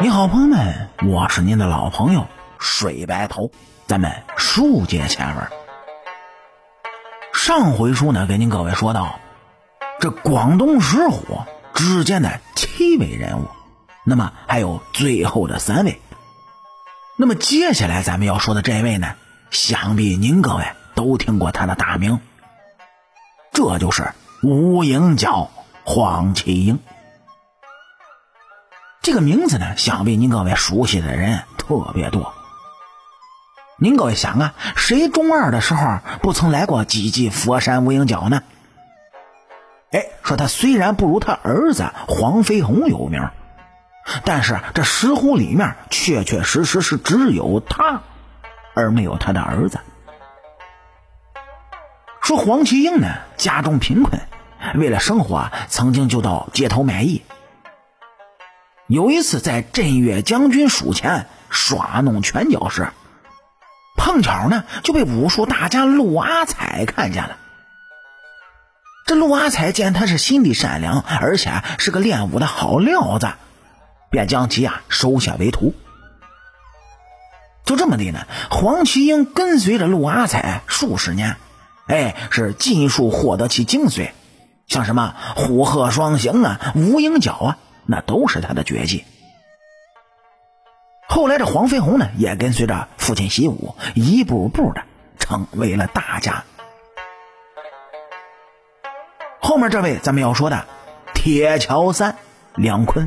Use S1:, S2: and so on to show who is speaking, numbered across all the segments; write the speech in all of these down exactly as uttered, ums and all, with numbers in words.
S1: 你好朋友们，我是您的老朋友水白头，咱们书接前文。上回书呢，给您各位说到这广东石虎之间的七位人物，那么还有最后的三位。那么接下来咱们要说的这位呢，想必您各位都听过他的大名，这就是无影脚黄麒英。这个名字呢，想必您各位熟悉的人特别多。您各位想啊，谁中二的时候不曾来过几记佛山无影脚呢？哎，说他虽然不如他儿子黄飞鸿有名，但是这石虎里面确确实实是只有他，而没有他的儿子。说黄麒英呢，家中贫困，为了生活曾经就到街头卖艺。有一次在镇岳将军署前耍弄拳脚时，碰巧呢就被武术大家陆阿彩看见了。这陆阿彩见他是心地善良，而且是个练武的好料子，便将其啊收下为徒。就这么的呢，黄麒英跟随着陆阿彩数十年，哎，是尽数获得其精髓，像什么虎鹤双形啊、无影脚啊，那都是他的绝技。后来这黄飞鸿呢，也跟随着父亲习武，一步步的成为了大家。后面这位咱们要说的铁桥三梁坤。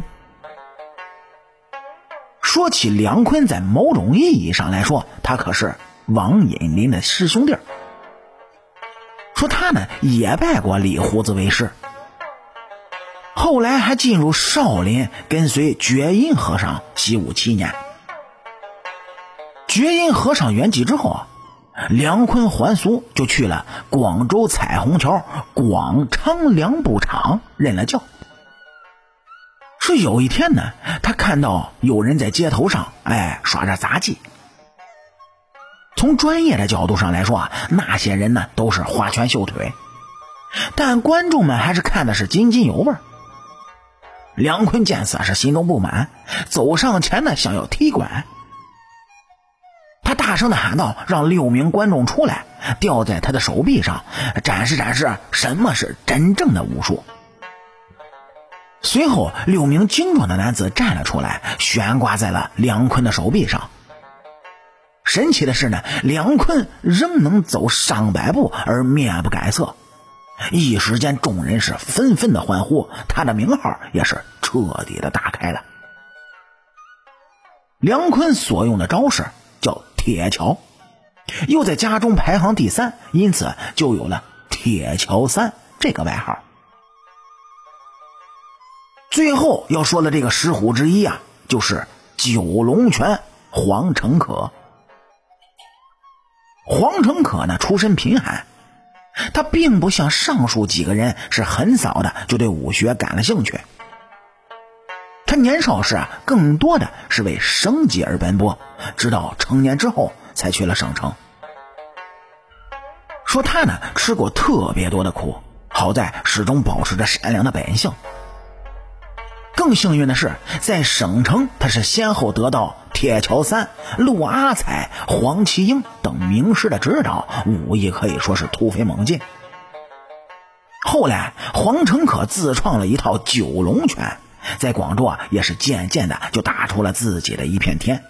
S1: 说起梁坤，在某种意义上来说，他可是王隐林的师兄弟。说他呢也拜过李胡子为师，后来还进入少林，跟随觉音和尚习武七年。觉音和尚圆寂之后啊，梁坤还俗，就去了广州彩虹桥广昌良布厂任了教。说有一天呢，他看到有人在街头上哎耍着杂技。从专业的角度上来说啊，那些人呢都是花拳绣腿，但观众们还是看的是津津有味。梁坤见此是心中不满，走上前呢想要踢馆。他大声的喊道，让六名观众出来，吊在他的手臂上，展示展示什么是真正的武术。随后六名精壮的男子站了出来，悬挂在了梁坤的手臂上。神奇的是呢，梁坤仍能走上百步而面不改色。一时间众人是纷纷的欢呼，他的名号也是彻底的打开了。梁坤所用的招式叫铁桥，又在家中排行第三，因此就有了铁桥三这个外号。最后要说的这个石虎之一啊，就是九龙拳黄成可。黄成可呢出身贫寒，他并不像上述几个人是很早的就对武学感了兴趣。他年少时啊，更多的是为生计而奔波，直到成年之后才去了省城。说他呢吃过特别多的苦，好在始终保持着善良的本性。更幸运的是，在省城他是先后得到铁桥三、陆阿彩、黄麒英等名师的指导，武艺可以说是突飞猛进。后来黄成可自创了一套九龙拳，在广州啊也是渐渐的就打出了自己的一片天。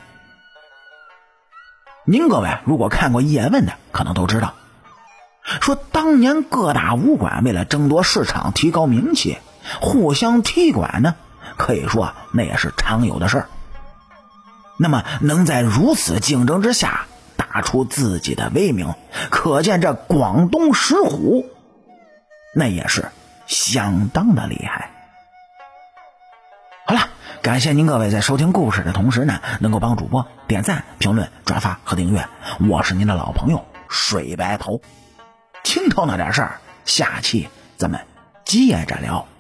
S1: 您各位如果看过叶问的，可能都知道，说当年各大武馆为了争夺市场、提高名气，互相踢馆呢，可以说那也是常有的事儿。那么能在如此竞争之下打出自己的威名，可见这广东石虎那也是相当的厉害。好了，感谢您各位在收听故事的同时呢，能够帮主播点赞、评论、转发和订阅。我是您的老朋友水白头。清朝那点事儿，下期咱们接着聊。